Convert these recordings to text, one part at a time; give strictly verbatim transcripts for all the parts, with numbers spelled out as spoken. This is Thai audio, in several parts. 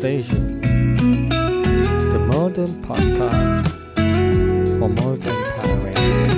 Station The Modern Podcast for Modern Parents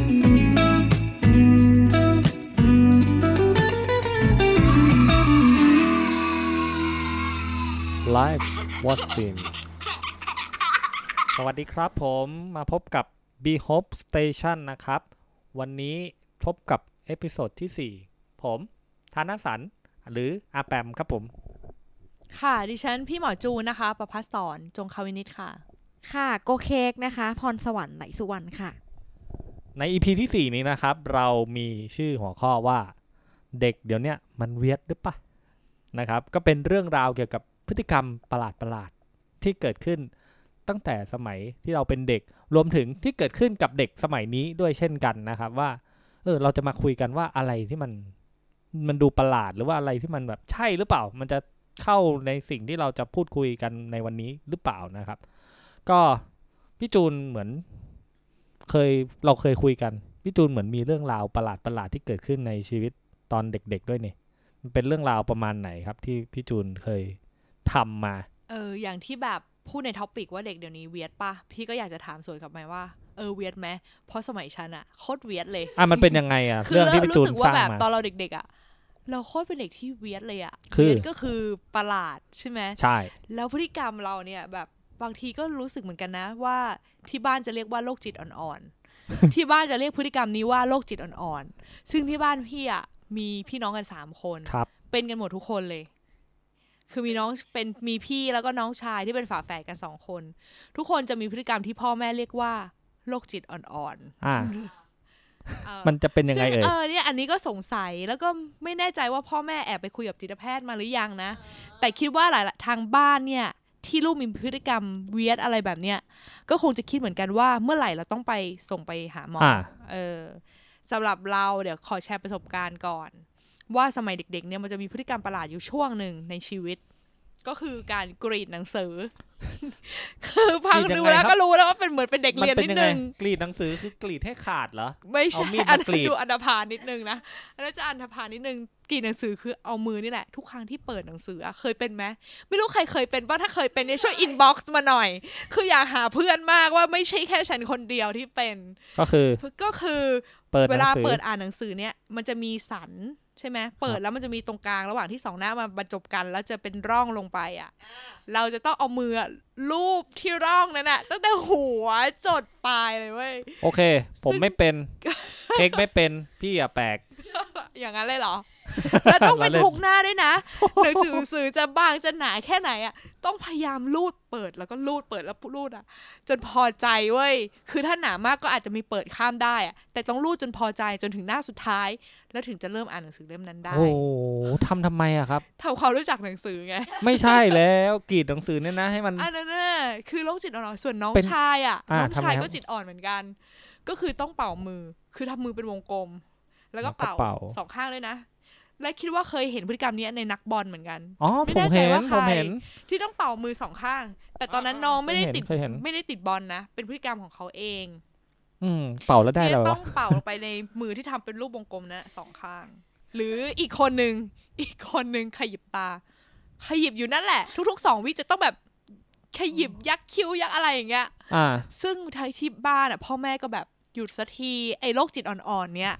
Live Watch Scenes สวัสดีครับผมมาพบกับ Be Hope Station นะครับวันนี้พบกับเอพิโซดที่สี่ผมธนสรรค์หรืออาแปมครับผมค่ะดิฉันพี่หมอจูนนะคะประภัสสรจงควินิชค่ะค่ะโกเค้กนะคะพรสวรรค์ไหลสุวรรณค่ะใน อี พี ที่สี่นี้นะครับเรามีชื่อหัวข้อว่าเด็กเดี๋ยวนี้มันเวียดหรือปะนะครับก็เป็นเรื่องราวเกี่ยวกับพฤติกรรมประหลาดๆที่เกิดขึ้นตั้งแต่สมัยที่เราเป็นเด็กรวมถึงที่เกิดขึ้นกับเด็กสมัยนี้ด้วยเช่นกันนะครับว่าเออเราจะมาคุยกันว่าอะไรที่มันมันดูประหลาดหรือว่าอะไรที่มันแบบใช่หรือเปล่ามันจะเข้าในสิ่งที่เราจะพูดคุยกันในวันนี้หรือเปล่านะครับก็พี่จูนเหมือนเคยเราเคยคุยกันพี่จูนเหมือนมีเรื่องราวประหลาดประหลาดที่เกิดขึ้นในชีวิตตอนเด็กๆด้วยนี่มันเป็นเรื่องราวประมาณไหนครับที่พี่จูนเคยทำมาเอออย่างที่แบบพูดในท็อปิกว่าเด็กเดี๋ยวนี้เวียดป่ะพี่ก็อยากจะถามสวนกลับมาว่าเออเวียดไหมเพราะสมัยฉันอะโคตรเวียดเลยอ่ะมันเป็นยังไงอะ เรื่องที่พี่จูนสร้างมาคือรู้สึกว่าแบบตอนเราเด็กๆอะเราโคตรเป็นเด็กที่เวียดเลยอะคือเวียดก็คือประหลาดใช่ไหมใช่แล้วพฤติกรรมเราเนี่ยแบบบางทีก็รู้สึกเหมือนกันนะว่าที่บ้านจะเรียกว่าโรคจิตอ่อนๆ ที่บ้านจะเรียกพฤติกรรมนี้ว่าโรคจิตอ่อนๆซึ่งที่บ้านพี่อะมีพี่น้องกันสามคนเป็นกันหมดทุกคนเลยคือมีน้องเป็นมีพี่แล้วก็น้องชายที่เป็นฝาแฝดกันสองคนทุกคนจะมีพฤติกรรมที่พ่อแม่เรียกว่าโรคจิตอ่อนๆอ่ามันจะเป็นยังไงเอ่ยเออเนี่ยอันนี้ก็สงสัยแล้วก็ไม่แน่ใจว่าพ่อแม่แอบไปคุยกับจิตแพทย์มาหรือยังนะแต่คิดว่าหลายทางบ้านเนี่ยที่ลูกมีพฤติกรรมเวียดอะไรแบบเนี้ยก็คงจะคิดเหมือนกันว่าเมื่อไหร่เราต้องไปส่งไปหาหมอเออสำหรับเราเดี๋ยวขอแชร์ประสบการณ์ก่อนว่าสมัยเด็กๆเนี่ยมันจะมีพฤติกรรมประหลาดอยู่ช่วงหนึ่งในชีวิตก็คือการกรีดหนังสือคือพังดูแล้วก็รู้แล้วว่าเป็นเหมือนเป็นเด็กเรียนนิดนึงกรีดหนังสือคือกรีดให้ขาดเหรอไม่ใช่อันดูอันธพาลนิดนึงนะอันนั้นจะอันธพาลนิดนึงกรีดหนังสือคือเอามือนี่แหละทุกครั้งที่เปิดหนังสือเคยเป็นไหมไม่รู้ใครเคยเป็นป่ะถ้าเคยเป็นเนี่ยช่วยอินบ็อกซ์มาหน่อยคืออยากหาเพื่อนมากว่าไม่ใช่แค่ฉันคนเดียวที่เป็นก็คือก็คือเวลาเปิดอ่านหนังสือเนี่ยมันจะมีสันใช่ไหมเปิดแล้วมันจะมีตรงกลางระหว่างที่สองหน้ามาบรรจบกันแล้วจะเป็นร่องลงไปอ่ะเราจะต้องเอามือลูบที่ร่องนั่นน่ะตั้งแต่หัวจดปลายเลยเว้ยโอเคผมไม่เป็นเค้กไม่เป็นพี่อย่าแปลกอย่างนั้นเลยเหรอแล้วต้องเป็นทุกหน้าด้วยนะหนังสือจะบางจะหนาแค่ไหนอ่ะต้องพยายามลูดเปิดแล้วก็ลูดเปิดแล้วลูดอ่ะจนพอใจเว้ยคือถ้าหนามากก็อาจจะมีเปิดข้ามได้อ่ะแต่ต้องลูดจนพอใจจนถึงหน้าสุดท้ายแล้วถึงจะเริ่มอ่านหนังสือเล่มนั้นได้โอ้ทำทำไมอะครับทำความรู้จักหนังสือไงไม่ใช่แล้วกรีดหนังสือเนี่ยนะให้มันอันนั้นน่ะคือโรคจิตอ่อนส่วนน้องชายอ่ะน้องชายก็จิตอ่อนเหมือนกันก็คือต้องเป่ามือคือทำมือเป็นวงกลมแล้วก็เป่าสองข้างเลยนะและคิดว่าเคยเห็นพฤติกรรมนี้ในนักบอลเหมือนกันไม่แน่ใจว่าใครที่ต้องเป่ามือสองข้างแต่ตอนนั้นน้องไม่ได้ติดไม่ได้ติดบอลนะเป็นพฤติกรรมของเขาเองอืมเป่าแล้วได้แล้วต้องเป่าลงไปในมือที่ทำเป็นรูปวงกลมนะสองข้างหรืออีกคนนึงอีกคนนึงขยิบตาขยิบอยู่นั่นแหละทุกๆสองวิจะต้องแบบขยิบยักคิ้วยักอะไรอย่างเงี้ยอ่าซึ่งทางที่บ้านอ่ะพ่อแม่ก็แบบหยุดสักทีไอ้โรคจิตอ่อนๆเนี้ย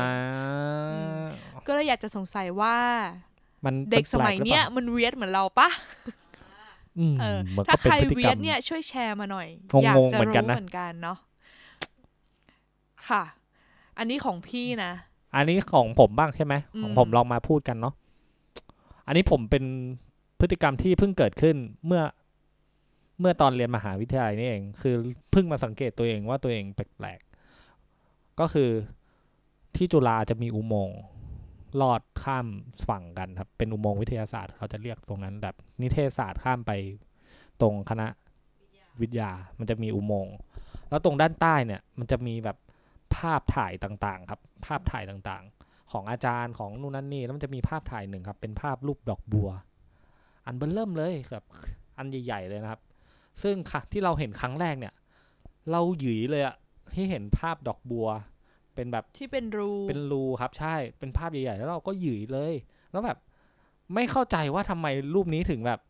ก็เลยอยากจะสงสัยว่าเด็กสมัยเนี้ยมันเวียดเหมือนเราปะเออถ้าใครเวียดเนี่ยช่วยแชร์มาหน่อยอยากจะรู้เหมือนกันเนาะค่ะอันนี้ของพี่นะอันนี้ของผมบ้างใช่ไหมของผมลองมาพูดกันเนาะอันนี้ผมเป็นพฤติกรรมที่เพิ่งเกิดขึ้นเมื่อเมื่อตอนเรียนมหาวิทยาลัยนี่เองคือเพิ่งมาสังเกตตัวเองว่าตัวเองแปลกๆก็คือที่จุฬาจะมีอุโมงค์ลอดข้ามฝั่งกันครับเป็นอุโมงค์วิทยาศาสตร์เขาจะเรียกตรงนั้นแบบนิเทศศาสตร์ข้ามไปตรงคณะวิทยามันจะมีอุโมงค์แล้วตรงด้านใต้เนี่ยมันจะมีแบบภาพถ่ายต่างๆครับภาพถ่ายต่างๆของอาจารย์ของนู่นนั่นนี่แล้วมันจะมีภาพถ่ายหนึ่งครับเป็นภาพรูปดอกบัวอันเบิ่มเริ่มเลยแบบอันใหญ่ๆเลยนะครับซึ่งที่เราเห็นครั้งแรกเนี่ยเราหยุยเลยอะที่เห็นภาพดอกบัวเป็นแบบที่เป็นรูเป็นรูครับใช่เป็นภาพใหญ่ๆแล้วเราก็หยุยเลยแล้วแบบไม่เข้าใจว่าทำไมรูปนี้ถึงแบบ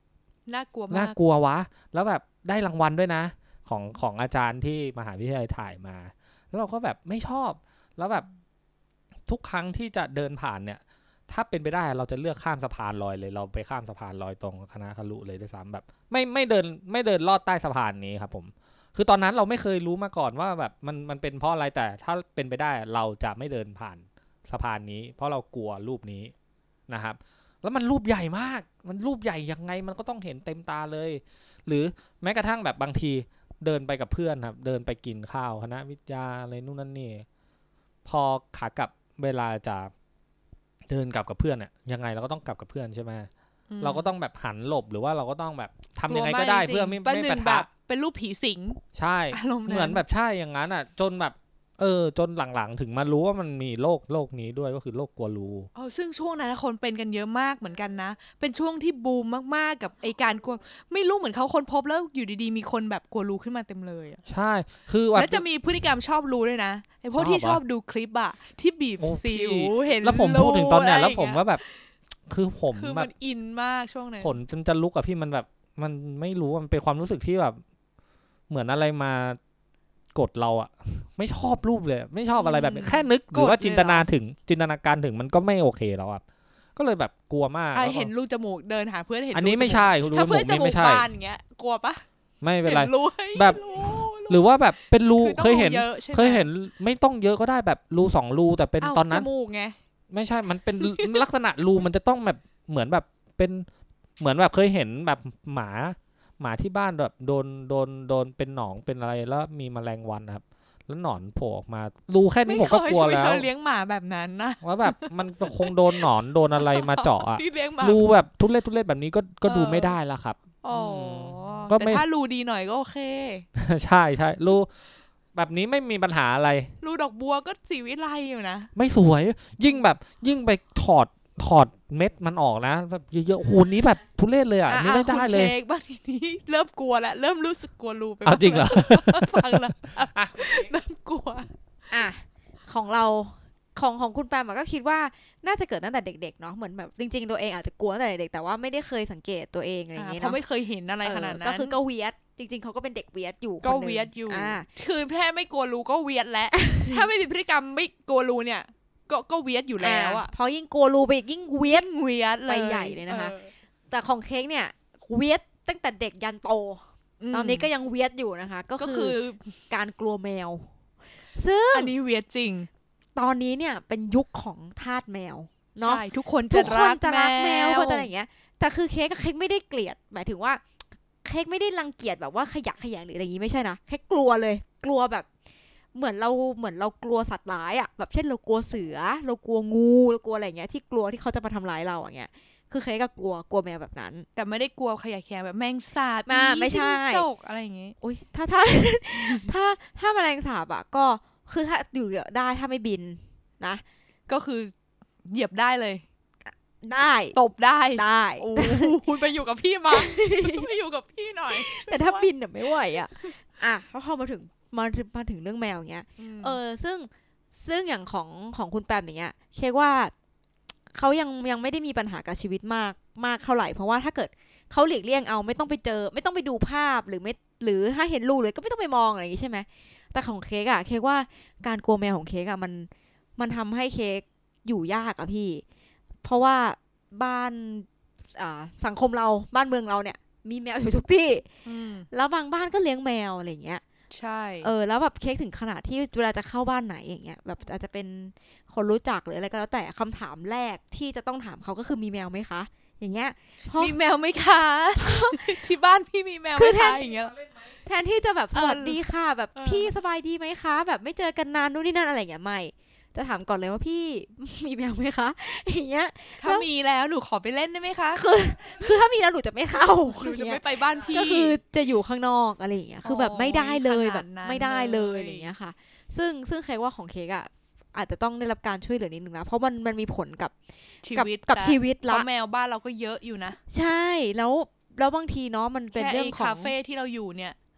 น่ากลัวมากน่ากลัววะแล้วแบบได้รางวัลด้วยนะของของอาจารย์ที่มหาวิทยาลัยถ่ายมาแล้วเราก็แบบไม่ชอบแล้วแบบทุกครั้งที่จะเดินผ่านเนี่ยถ้าเป็นไปได้เราจะเลือกข้ามสะพานลอยเลยเราไปข้ามสะพานลอยตรงคณะครุเลยด้วยซ้ำแบบไม่ไม่เดินไม่เดินลอดใต้สะพานนี้ครับผมคือตอนนั้นเราไม่เคยรู้มาก่อนว่าแบบมันมันเป็นเพราะอะไรแต่ถ้าเป็นไปได้เราจะไม่เดินผ่านสะพานนี้เพราะเรากลัวรูปนี้นะครับแล้วมันรูปใหญ่มากมันรูปใหญ่ยังไงมันก็ต้องเห็นเต็มตาเลยหรือแม้กระทั่งแบบบางทีเดินไปกับเพื่อนครับเดินไปกินข้าวคณะวิทยาอะไรนู่นนั่นนี่พอขากลับเวลาจะเดินกลับกับเพื่อนเนี่ยยังไงเราก็ต้องกลับกับเพื่อนใช่ไหมเราก็ต้องแบบหันหลบหรือว่าเราก็ต้องแบบทำยังไงก็ได้เพื่อไม่ไม่ปะทะเป็นรูปผีสิงใช่เหมือนแบบใช่อย่างนั้นอ่ะจนแบบเออจนหลังๆถึงมารู้ว่ามันมีโรคโรคนี้ด้วยก็คือโรคกลัวรูอ๋อซึ่งช่วงนั้นคนเป็นกันเยอะมากเหมือนกันนะเป็นช่วงที่บูมมากๆกับไอการกลัวไม่รู้เหมือนเขาค้นพบแล้วอยู่ดีๆมีคนแบบกลัวรูขึ้นมาเต็มเลยอ่ะใช่คือแล้วจะมีพฤติกรรมชอบรูด้วยนะไอพวกที่ชอบดูคลิปอ่ะที่บีบสิวเห็นแล้วผมพูดถึงตอนเนี้ยแล้วผมก็แบบคือผมคือมันอินมากช่วงนั้นขนจนจะลุกอะพี่มันแบบมันไม่รู้มันเป็นความรู้สึกที่แบบเหมือนอะไรมากดเราอะไม่ชอบรูปเลยไม่ชอบอะไรแบบแค่นึกหรือว่าจินตนาถึงจินตนาการถึงมันก็ไม่โอเคแล้วอะก็เลยแบบกลัวมากเห็นรูจมูกเดินหาเพื่อนเห็นอันนี้ไม่ใช่ถ้าเพื่อนจมูกบานอย่างเงี้ยกลัวปะไม่เป็นไรแบบหรือว่าแบบเป็นรูเคยเห็นเคยเห็นไม่ต้องเยอะก็ได้แบบรูสองรูแต่เป็นตอนนั้นจมูกไงไม่ใช่มันเป็นลักษณะรูมันจะต้องแบบเหมือนแบบเป็นเหมือนแบบเคยเห็นแบบหมาหมาที่บ้านแบบโดนโดนโดนเป็นหนองเป็นอะไรแล้วมีแมลงวันนะครับแล้วหนอนโผล่ออกมารูแค่นี้ผมก็กลัวแล้วไม่เคยเลี้ยงหมาแบบนั้นนะว่าแบบมันคงโดนหนอนโดนอะไรมาเจาะอะรูแบบทุเรศทุเรศแบบนี้ก็ก็ดูไม่ได้แล้วครับอ๋อแต่ถ้ารูดีหน่อยก็โอเคใช่ใช่รูแบบนี้ไม่มีปัญหาอะไรรูดอกบัวก็สีวิไลอยู่นะไม่สวยยิ่งแบบยิ่งไปถอดถอดเม็ดมันออกนะแบบเยอะๆโหนี้แบบทุเรศเลยอ่ะนี่ไม่ได้เลยคุณเค้กบ้างทีนี้เริ่มกลัวแล้วเริ่มรู้สึกกลัวรูไปเอาจริงเหรอฟังแล้วเริ่มกลัวอ่ะของเราของของคุณแปมก็คิดว่าน่าจะเกิดตั้งแต่เด็กๆเนาะเหมือนแบบจริงๆตัวเองอาจจะกลัวตั้งแต่เด็กแต่ว่าไม่ได้เคยสังเกตตัวเองอะไรอย่างเงี้ยเนาะเพราะไม่เคยเห็นอะไรขนาดนั้นก็คือก็เวียดจริงๆเขาก็เป็นเด็กเวียดอยู่ก็เวียดอยู่คือแค่ไม่กลัวรูก็เวียดแล้วถ้าไม่มีพฤติกรรมไม่กลัวรูเนี่ยก็ก็เวียดอยู่แล้วอ่ะพอยิ่งกลัวรูไปยิ่งเวียดเวียดไปใหญ่เลยนะคะแต่ของเค้กเนี่ยเวียดตั้งแต่เด็กยันโตตอนนี้ก็ยังเวียดอยู่นะคะก็คือการกลัวแมวซึ่งอันนี้เวียดจริงตอนนี้เนี่ยเป็นยุคของทาสแมวเนาะทุกคนจะรักแมวคนอะไรอย่างเงี้ยแต่คือเค้กกับเค้กไม่ได้เกลียดหมายถึงว่าเค้กไม่ได้รังเกียจแบบว่าขยะแขยงหรืออะไรอย่างงี้ไม่ใช่นะเค้กกลัวเลยกลัวแบบเหมือนเราเหมือนเรากลัวสัตว์ร้ายอ่ะแบบเช่นเรากลัวเสือเรากลัวงูเรากลัวอะไรเงี้ยที่กลัวที่เขาจะมาทำร้ายเราอย่างเงี้ยคือเค้กก็กลัวกลัวแมวแบบนั้นแต่ไม่ได้กลัวขยะแขยงแบบแมงสาบมาไม่ใช่จกอะไรอย่างงี้อุ้ยถ้าถ้าถ้าถ้าแมลงสาบอ่ะก็คือถ้าอยู่ได้ถ้าไม่บินนะก็คือเหยียบได้เลยได้ตบได้ได้โอ้คุณไปอยู่กับพี่มาไปอยู่กับพี่หน่อยแต่ถ้าบินเนี่ยไม่ไหวอ่ะอ่ะพอมาถึงมาถึงมาถึงเรื่องแมวอย่างเงี้ยเออซึ่งซึ่งอย่างของของคุณแปมอย่างเงี้ยเค้กว่าเขายังยังไม่ได้มีปัญหากับชีวิตมากมากเท่าไหร่เพราะว่าถ้าเกิดเขาหลีกเลี่ยงเอาไม่ต้องไปเจอไม่ต้องไปดูภาพหรือไม่หรือถ้าเห็นรูเลยก็ไม่ต้องไปมองอะไรอย่างงี้ใช่ไหมแต่ของเค้กอะเค้กว่าการกลัวแมวของเค้กอะมันมันทำให้เค้กอยู่ยากอะพี่เพราะว่าบ้านอ่าสังคมเราบ้านเมืองเราเนี่ยมีแมวอยู่ทุกที่แล้วบางบ้านก็เลี้ยงแมวอะไรอย่างเงี้ยใช่เออแล้วแบบเค้กถึงขนาดที่เวลาจะเข้าบ้านไหนอย่างเงี้ยแบบอาจจะเป็นคนรู้จักหรืออะไรก็แล้วแต่คำถามแรกที่จะต้องถามเขาก็คือมีแมวไหมคะอย่างเงี้ยมีแมวไหมคะที่บ้านพี่มีแมวไหมคะอย่างเงี้ยแทนที่จะแบบสวัสดีค่ะแบบพี่สบายดีไหมคะแบบไม่เจอกันนานนู่นนี่นั่นอะไรอย่างเงี้ยไม่จะถามก่อนเลยว่าพี่มีแมวไหมคะอย่างเงี้ยถ้ามีแล้วหนูขอไปเล่นได้ไหมคะคือคือถ้ามีแล้วหนูจะไม่เข้าหนูจะไม่ไปบ้านพี่ก็คือจะอยู่ข้างนอกอะไรอย่างเงี้ยคือแบบไม่ได้เลยแบบไม่ได้เลยอะไรอย่างเงี้ยค่ะซึ่งซึ่งเค้กว่าของเค้กอ่ะอาจจะต้องได้รับการช่วยเหลือนิดนึงนะเพราะมันมันมีผลกับชีวิตกับชีวิตละเพราะแมวบ้านเราก็เยอะอยู่นะใช่แล้วแล้วบางทีเนาะมันเป็นเรื่องของคาเฟ่ที่เราอยู่เนี่ย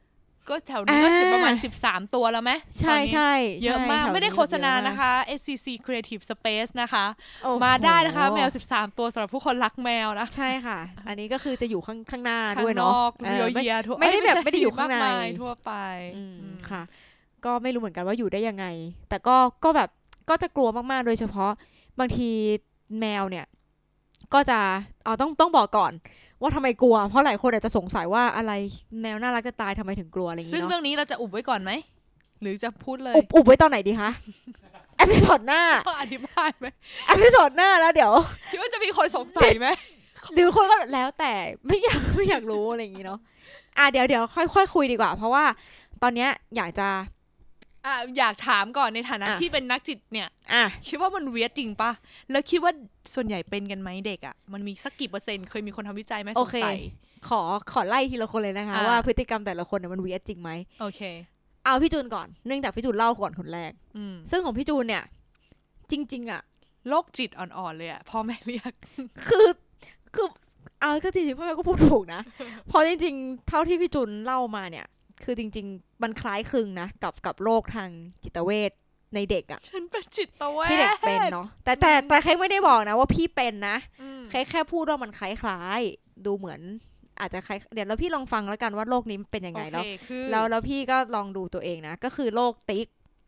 ก็แถวนี้ก็สิบประมาณสิบสามตัวแล้วไหมใช่ใช่เยอะมากไม่ได้โฆษณานะคะ เอส ซี ซี Creative Space นะคะมาได้นะคะแมวสิบสามตัวสำหรับผู้คนรักแมวนะใช่ค่ะอันนี้ก็คือจะอยู่ข้างข้างหน้าด้วยเนาะไม่ได้แบบไม่ได้อยู่ข้างในทั่วไปค่ะก็ไม่รู้เหมือนกันว่าอยู่ได้ยังไงแต่ก็ก็แบบก็จะกลัวมากๆโดยเฉพาะบางทีแมวเนี่ยก็จะเอาต้องต้องบอกก่อนว่าทำไมกลัวเพราะหลายคนอาจจะสงสัยว่าอะไรแมวน่ารักจะตายทำไมถึงกลัวอะไรอย่างเงี้ยซึ่งเรื่องนี้เราจะอุบไว้ก่อนไหมหรือจะพูดเลยอุบอุบไว้ตอนไหนดีคะเอพิโซดหน้าอธิบายไหมเอพิโซดหน้าแล้วเดี๋ยวคิดว่าจะมีคนสงสัยไหมหรือคนก็แล้วแต่ไม่อยากไม่อยากรู้อะไรอย่างงี้เนาะอ่ะเดี๋ยวเดี๋ยวค่อยค่อยคุยดีกว่าเพราะว่าตอนเนี้ยอยากจะอ่ะอยากถามก่อนในฐานะที่เป็นนักจิตเนี่ยอ่ะคิดว่ามันเวียดจริงปะแล้วคิดว่าส่วนใหญ่เป็นกันไหมเด็กอ่ะมันมีสักกี่เปอร์เซ็นต์เคยมีคนทำวิจัยไหมสงสัยขอขอไล่ทีละคนเลยนะคะว่าพฤติกรรมแต่ละคนเนี่ยมันเวียดจริงไหมโอเคเอาพี่จูนก่อนเนื่องจากพี่จูนเล่าก่อนคนแรกซึ่งของพี่จูนเนี่ยจริงๆอ่ะโรคจิตอ่อนๆเลยอ่ะพ่อแม่เรียกคือคือเอาก็จริงๆพ่อแม่ก็พูดถูกนะเพราะจริงๆเท่าที่พี่จูนเล่ามาเนี่ยคือจริงๆมันคล้ายคลึงนะกับกับโรคทางจิตเวชในเด็กอ่ะฉันเป็นจิตเวชที่เด็กเป็นเนาะแต่แต่แต่แค่ไม่ได้บอกนะว่าพี่เป็นนะแค่แค่พูดว่ามันคล้ายๆดูเหมือนอาจจะคล้ายเดี๋ยวแล้วพี่ลองฟังแล้วกันว่าโรคนี้เป็นยังไงแล้วแล้วแล้วพี่ก็ลองดูตัวเองนะก็คือโรคติ๊ก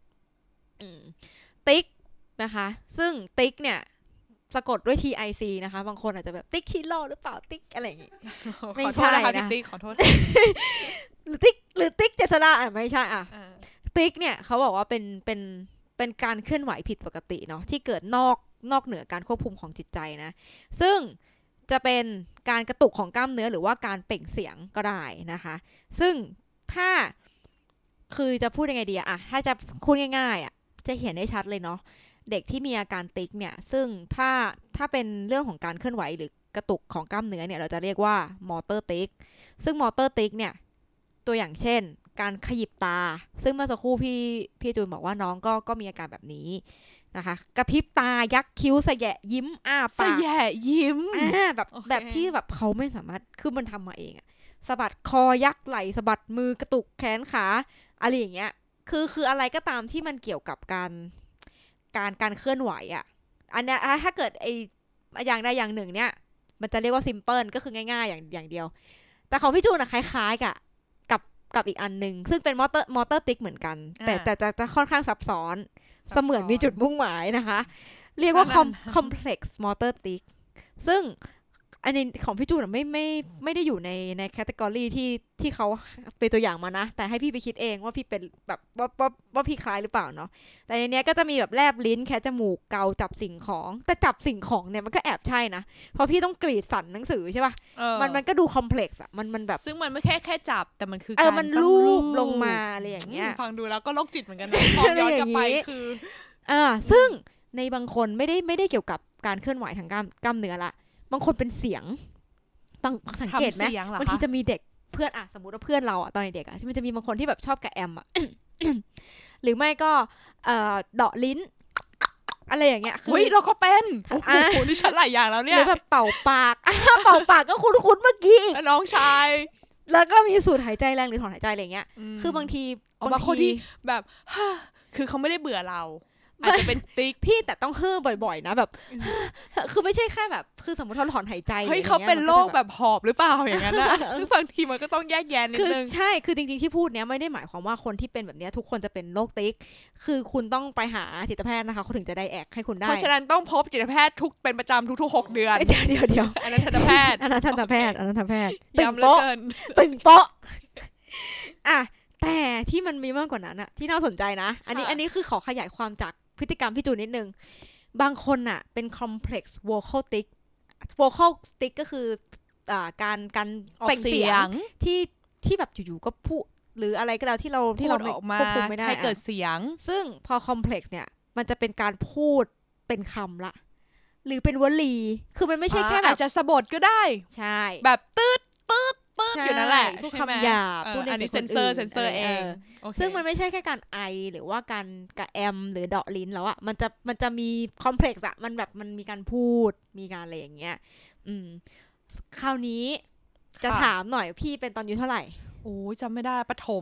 ติ๊กนะคะซึ่งติ๊กเนี่ยสะกดด้วย ที ไอ ซี นะคะบางคนอาจจะแบบติ๊กชิโร่หรือเปล่าติ๊กอะไรอย่างงี้ไม่ใช่นะติ๊กขอโทษหรือติ๊กหรือติ๊กเจษฎาอ่ะไม่ใช่อ่ะติ๊กเนี่ยเขาบอกว่าเป็นเป็นเป็นการเคลื่อนไหวผิดปกติเนาะที่เกิดนอกนอกเหนือการควบคุมของจิตใจนะซึ่งจะเป็นการกระตุกของกล้ามเนื้อหรือว่าการเปล่งเสียงก็ได้นะคะซึ่งถ้าคือจะพูดยังไงดีอะถ้าจะพูดง่ายๆอะจะเห็นได้ชัดเลยเนาะเด็กที่มีอาการติ๊กเนี่ยซึ่งถ้าถ้าเป็นเรื่องของการเคลื่อนไหวหรือกระตุกของกล้ามเนื้อเนี่ยเราจะเรียกว่ามอเตอร์ติ๊กซึ่งมอเตอร์ติ๊กเนี่ยตัวอย่างเช่นการขยิบตาซึ่งเมื่อสักครู่พี่พี่จูนบอกว่าน้องก็ก็มีอาการแบบนี้นะคะกระพริบตายักคิ้วสะแยะยิ้มอ้าปากสะแยะยิ้มอ่าแบบ okay. แบบที่แบบเขาไม่สามารถคือมันทำมาเองอะสะบัดคอยักไหล่สะบัดมือกระตุกแขนขาอะไรอย่างเงี้ยคือคืออะไรก็ตามที่มันเกี่ยวกับการการการเคลื่อนไหวอ่ะอันนี้ถ้าเกิดไออย่างใดอย่างหนึ่งเนี่ยมันจะเรียกว่าซิมเพิลก็คือง่ายๆอย่างอย่างเดียวแต่ของพี่จูนอะคล้ายๆกับกับกับอีกอันนึงซึ่งเป็นมอเตอร์มอเตอร์ติ๊กเหมือนกันแต่แต่จะจะค่อนข้างซับซ้อนเสมือนมีจุดมุ่งหมายนะคะเรียกว่า complex motor tick ซึ่งอันนี้ของพี่จูนไม่ไม่ไม่ได้อยู่ในในแคตตากรีที่ที่เขาเป็นตัวอย่างมานะแต่ให้พี่ไปคิดเองว่าพี่เป็นแบบว่าว่าว่าพี่คล้ายหรือเปล่าเนาะแต่ในนี้ก็จะมีแบบแลบลิ้นแคะจมูกเกาจับสิ่งของแต่จับสิ่งของเนี่ยมันก็แอบใช่นะเพราะพี่ต้องกรีดสันหนังสือใช่ป่ะมันมันก็ดูคอมเพล็กซ์อ่ะมันมันแบบซึ่งมันไม่แค่แค่จับแต่มันคือเออมันลูบลงมาอะไรอย่างเงี้ยฟังดูแล้วก็โรคจิตเหมือนกันนะพอย้อนกลับไปคืออ่าซึ่งในบางคนไม่ได้ไม่ได้เกี่ยวกับการเคลื่อนไหวทางกล้ามกล้ามเนื้อละบางคนเป็นเสียงบางสังเกตไหมบางทีจะมีเด็กเพื่อนอ่ะสมมติว่าเพื่อนเราอ่ะตอนเด็กอ่ะที่มันจะมีบางคนที่แบบชอบกับแอมอ่ะ หรือไม่ก็เอ่อเดาะลิ้นอะไรอย่างเงี้ยคือเราก็เป็นโอ้โหนี่ฉันหลายอย่างแล้วเนี่ยหรือแบบเป่าปากเป่าปากก็คุ้นๆเมื่อกี้น้องชายแล้วก็มีสูดหายใจแรงหรือถอนหายใจอะไรเงี้ยคือบางทีบางคนที่แบบคือเขาไม่ได้เบื่อเราอาจจะเป็นติ๊กพี่แต่ต้องเฮ่อบ่อยๆนะแบบคือไม่ใช่แค่แบบคือสมมติเราถอนหายใจเฮ้ยเขาเป็นโรคแบบหอบหรือเปล่าอย่างนั้นนะคือบางทีมันก็ต้องแยกแยะนิดนึงใช่คือจริงๆที่พูดเนี้ยไม่ได้หมายความว่าคนที่เป็นแบบนี้ทุกคนจะเป็นโรคติ๊กคือคุณต้องไปหาจิตแพทย์นะคะเขาถึงจะได้แอกให้คุณได้เพราะฉะนั้นต้องพบจิตแพทย์ทุกเป็นประจำทุกๆหกเดือนเดี๋ยวเดี๋ยวเดี๋ยวอันนั้นทันตแพทย์อันนั้นทันตแพทย์อันนั้นทันตแพทย์ตึงโป๊ะตึงโป๊ะอ่ะแต่ที่มันมีมากกว่านั้นอะที่น่าสนใจนะอันนี้อันนี้คือขอขยายความจากพฤติกรรมพี่จูนนิดนึงบางคนอะเป็น complex vocal tick vocal tick ก็คืออ่าการการเปล่งเสียงที่ที่แบบอยู่ๆก็พูดหรืออะไรก็แล้วที่เราที่เราควบคุมไม่ได้ให้เกิดเสียงซึ่งพอ complex เนี่ยมันจะเป็นการพูดเป็นคำละหรือเป็นวลีคือมันไม่ใช่แค่แบบอาจจะสะบดก็ได้ใช่แบบตืดตืดตืดอยู่นั่นแหละพูดคำหยาบพูดในเซนเซอร์เซนเซอร์เองซึ่งมันไม่ใช่แค่การไอหรือว่าการกระแอมหรือเดาะลิ้นแล้วอะมันจะมันจะมีคอมเพล็กซ์อะมันแบบมันมีการพูดมีการอะไรอย่างเงี้ยอืมคราวนี้จะถามหน่อยพี่เป็นตอนอยู่เท่าไหร่โอ้ยจำไม่ได้ประถม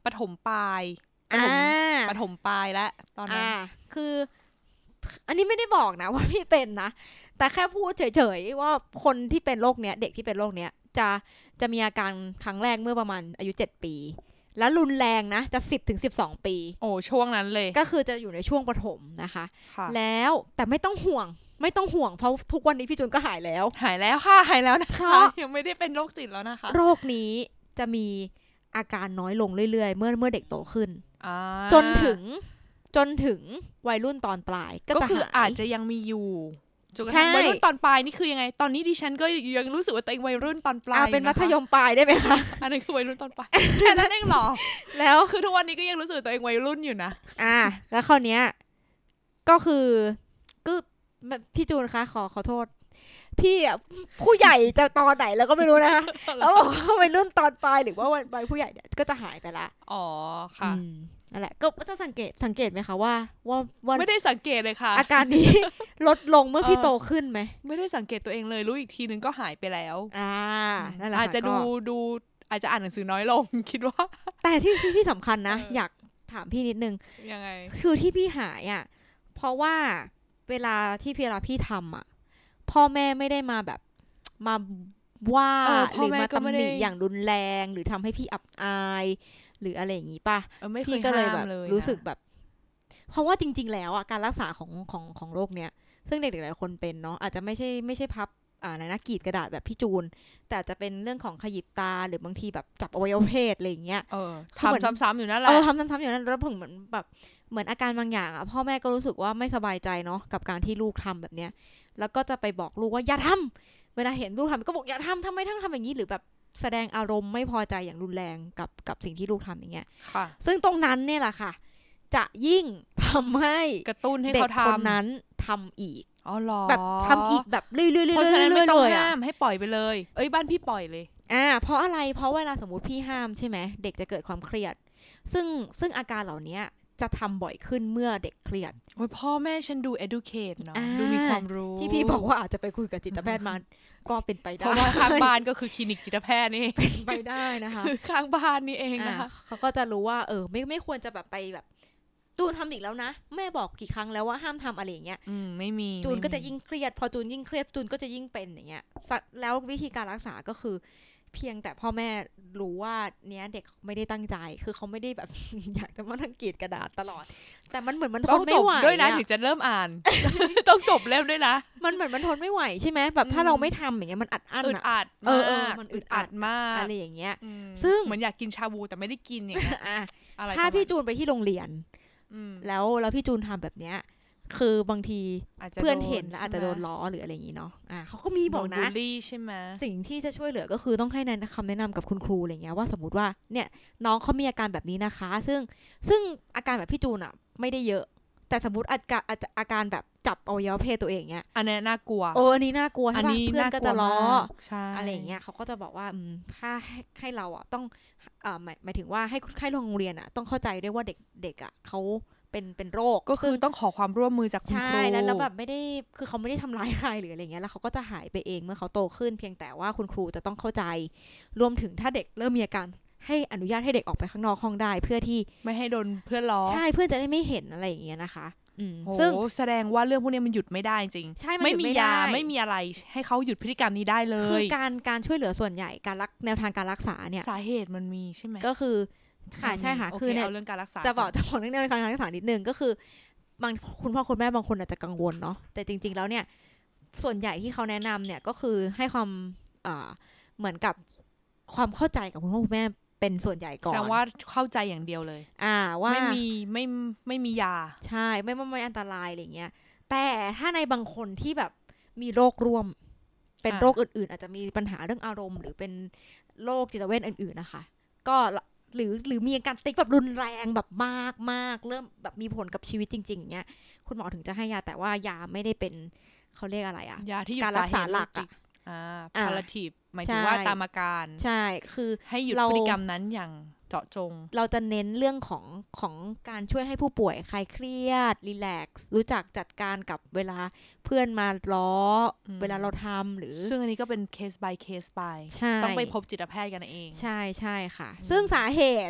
ปฐมปลายอ่าปฐมปลายแล้วตอนนั้นคืออันนี้ไม่ได้บอกนะว่าพี่เป็นนะแต่แค่พูดเฉยๆว่าคนที่เป็นโรคเนี้ยเด็กที่เป็นโรคเนี้ยจะจะมีอาการครั้งแรกเมื่อประมาณอายุเจ็ดปีแล้วรุนแรงนะจะสิบถึงสิบสองปีโอ้ช่วงนั้นเลยก็คือจะอยู่ในช่วงปฐมนะคะแล้วแต่ไม่ต้องห่วงไม่ต้องห่วงเพราะทุกวันนี้พี่จูนก็หายแล้วหายแล้วค่ะหายแล้วนะคะยังไม่ได้เป็นโรคจิตแล้วนะคะโรคนี้จะมีอาการน้อยลงเรื่อยๆเมื่อเมื่อเด็กโตขึ้นจนถึงจนถึงวัยรุ่นตอนปลายก็คืออาจจะยังมีอยู่จนกระทั่งวัยรุ่นตอนปลายนี่คือยังไงตอนนี้ดิฉันก็ยังรู้สึกว่าตัวเองวัยรุ่นตอนปลายเป็นมัธยมปลายได้ไหมคะอันนี้คือวัยรุ่นตอนปลายแค่นั้นเองเหรอแล้วคือทุกวันนี้ก็ยังรู้สึกตัวเองวัยรุ่นอยู่นะอ่าแล้วคราวเนี้ยก็คือก็พี่จูนคะขอขอโทษพี่อ่ะผู้ใหญ่จะตอนไหนแล้วก็ไม่รู้นะคะแล้วบอกว่าวัยรุ่นตอนปลายหรือว่าวัยผู้ใหญ่เนี่ยก็จะหายไปละอ๋อค่ะนั่นแหละก็จะสังเกตสังเกตไหมคะว่าว่าไม่ได้สังเกตเลยค่ะอาการนี้ลดลงเมื่อพี่โตขึ้นไหมไม่ได้สังเกตตัวเองเลยรู้อีกทีนึงก็หายไปแล้วอ่านั่นแหละอาจจะดูดูอาจจะอ่านหนังสือน้อยลงคิดว่าแต่ที่ที่สำคัญนะอยากถามพี่นิดนึงยังไงคือที่พี่หายอ่ะเพราะว่าเวลาที่พี่เวลาพี่ทำอ่ะพ่อแม่ไม่ได้มาแบบมาว่าหรือมาตำหนิอย่างรุนแรงหรือทำให้พี่อับอายหรืออะไรอย่างงี้ป่ะพี่ก็เลยแบบรู้สึกแบบเพราะว่าจริงๆแล้วอ่ะการรักษาของของของโรคเนี้ยซึ่งเด็กๆหลายคนเป็นเนาะอาจจะไม่ใช่ไม่ใช่พับอ่าอะไรนะกรีดกระดาษแบบพี่จูนแต่จะเป็นเรื่องของขยิบตาหรือบางทีแบบจับอวัยวะเพศอะไรอย่างเงี้ยเออทำซ้ำๆอยู่นั่นแหละเออทำซ้ำๆอยู่นั่นแล้วผมเหมือนแบบเหมือนอาการบางอย่างอ่ะพ่อแม่ก็รู้สึกว่าไม่สบายใจเนาะกับการที่ลูกทำแบบเนี้ยแล้วก็จะไปบอกลูกว่าอย่าทำเวลาเห็นลูกทำก็บอกอย่าทำทำไมทั้งทำอย่างนี้หรือแบบแสดงอารมณ์ไม่พอใจอย่างรุนแรงกับกับสิ่งที่ลูกทำอย่างเงี้ยซึ่งตรงนั้นเนี่ยแหละค่ะจะยิ่งทำให้กระตุ้นให้เขาทำคนนั้นทำอีกอ๋อหรอแบบทำอีกแบบเรื่อยๆเรื่อยๆเพราะฉะนั้นไม่ต้องห้ามให้ปล่อยไปเลยเอ้ยบ้านพี่ปล่อยเลยอ่าเพราะอะไรเพราะเวลาสมมติพี่ห้ามใช่ไหมเด็กจะเกิดความเครียดซึ่งซึ่งอาการเหล่านี้จะทำบ่อยขึ้นเมื่อเด็กเครียดโอ้ยพ่อแม่ฉันดู educate เนาะดูมีความรู้ที่พี่บอกว่าอาจจะไปคุยกับจิตแพทย์มาก็เป็นไปได้เพราะว่าข้างบ้านก็คือคลินิกจิตแพทย์นี่เป็นไปได้นะคะข้างบ้านนี่เองนะคะเขาก็จะรู้ว่าเออไม่ไม่ควรจะแบบไปแบบจูนทำอีกแล้วนะแม่บอกกี่ครั้งแล้วว่าห้ามทำอะไรอย่างเงี้ยอืมไม่มีจูนก็จะยิ่งเครียดพอจูนยิ่งเครียดจูนก็จะยิ่งเป็นอย่างเงี้ยแล้ววิธีการรักษาก็คือเพียงแต่พ่อแม่รู้ว่าเนี้ยเด็กไม่ได้ตั้งใจคือเขาไม่ได้แบบ อยากจะมาทั้งกรีดกระดาษตลอดแต่มันเหมือนมันทนไม่ไหวด้วยนะถึงจะเริ่มอ่าน ต้องจบเล่มด้วยนะมันเหมือนมันทนไม่ไหวใช่ไหมแบบถ้าเราไม่ทำอย่างเงี้ยมันอัดอั้นอึดอัดเออมันอึดอัดมากอะไรอย่างเงี้ยซึ่งเหมือนอยากกินชาบูแต่ไม่ได้กินอย่างเงี้ยถ้าพี่จูนไปที่โรงเรียนแล้วแล้วพี่จูนทำแบบเนี้ยคือบางทีเพื่อนเห็นแล้วอาจจะโดนล้อหรืออะไรอย่างงี้เนาะอ่าเขาก็มีบอกนะบูลลี่ใช่ไหมสิ่งที่จะช่วยเหลือก็คือต้องให้แนะคำแนะนำกับคุณครูอะไรเงี้ยว่าสมมติว่าเนี่ยน้องเขามีอาการแบบนี้นะคะซึ่งซึ่งอาการแบบพี่จูนอ่ะไม่ได้เยอะแต่สมมติอาการอาการแบบจับอวัยวะเพศตัวเองเนี้ยอันนี้น่ากลัวโอ้อันนี้น่ากลัวใช่ป่ะเพื่อนก็จะล้ออะไรอย่างเงี้ยเขาก็จะบอกว่าถ้าให้เราอ่ะต้องอ่าหมายหมายถึงว่าให้ให้โรงเรียนอ่ะต้องเข้าใจด้วยว่าเด็กเด็กอ่ะเขาเป็นเป็นโรคก็คือต้องขอความร่วมมือจากคุณครูใช่แล้วแล้วแบบไม่ได้คือเขาไม่ได้ทำร้ายใครหรืออะไรเงี้ยแล้วเขาก็จะหายไปเองเมื่อเขาโตขึ้นเพียงแต่ว่าคุณครูจะต้องเข้าใจรวมถึงถ้าเด็กเริ่มมีอาการให้อนุญาตให้เด็กออกไปข้างนอกห้องได้เพื่อที่ไม่ให้โดนเพื่อนล้อใช่เพื่อนจะได้ไม่เห็นอะไรอย่างเงี้ยนะคะซึ่งแสดงว่าเรื่องพวกนี้มันหยุดไม่ได้จริงไม่มียาไม่มีอะไรให้เขาหยุดพฤติกรรมนี้ได้เลยคือการการช่วยเหลือส่วนใหญ่การรักแนวทางการรักษาเนี่ยสาเหตุมันมีใช่ไหมก็คือค่ะใช่ค่ะคือเนี่ยเรื่องการรักษาจะบอกจะบอกเรื่องแนวทางการรักษานิดนึงก็คือบางคุณพ่อคุณแม่บางคนอาจจะกังวลเนาะแต่จริงๆแล้วเนี่ยส่วนใหญ่ที่เขาแนะนำเนี่ยก็คือให้ความเหมือนกับความเข้าใจกับคุณพ่อคุณแม่เป็นส่วนใหญ่ก่อนแสดงว่าเข้าใจอย่างเดียวเลยอ่าว่าไม่มีไม่ไม่มียาใช่ไม่ไม่อันตรายอะไรเงี้ยแต่ถ้าในบางคนที่แบบมีโรคร่วมเป็นโรคอื่นๆอาจจะมีปัญหาเรื่องอารมณ์หรือเป็นโรคจิตเวชอื่นๆนะคะก็หรือหรือมีอาการติ๊กแบบรุนแรงแบบมากมากเริ่มแบบมีผลกับชีวิตจริงๆอย่างเงี้ยคุณหมอถึงจะให้ยาแต่ว่ายาไม่ได้เป็นเขาเรียกอะไรอะยาที่การรักษาหลักอะอ่า palliative หมายถึงว่าตามอาการใช่คือให้หยุดพฤติกรรมนั้นอย่างเจาะจงเราจะเน้นเรื่องของของการช่วยให้ผู้ป่วยคลายเครียดรีแลกซ์รู้จักจัดการกับเวลาเพื่อนมาล้อเวลาเราทำหรือซึ่งอันนี้ก็เป็น case by case by ต้องไปพบจิตแพทย์กันเองใช่ใช่ค่ะซึ่งสาเหตุ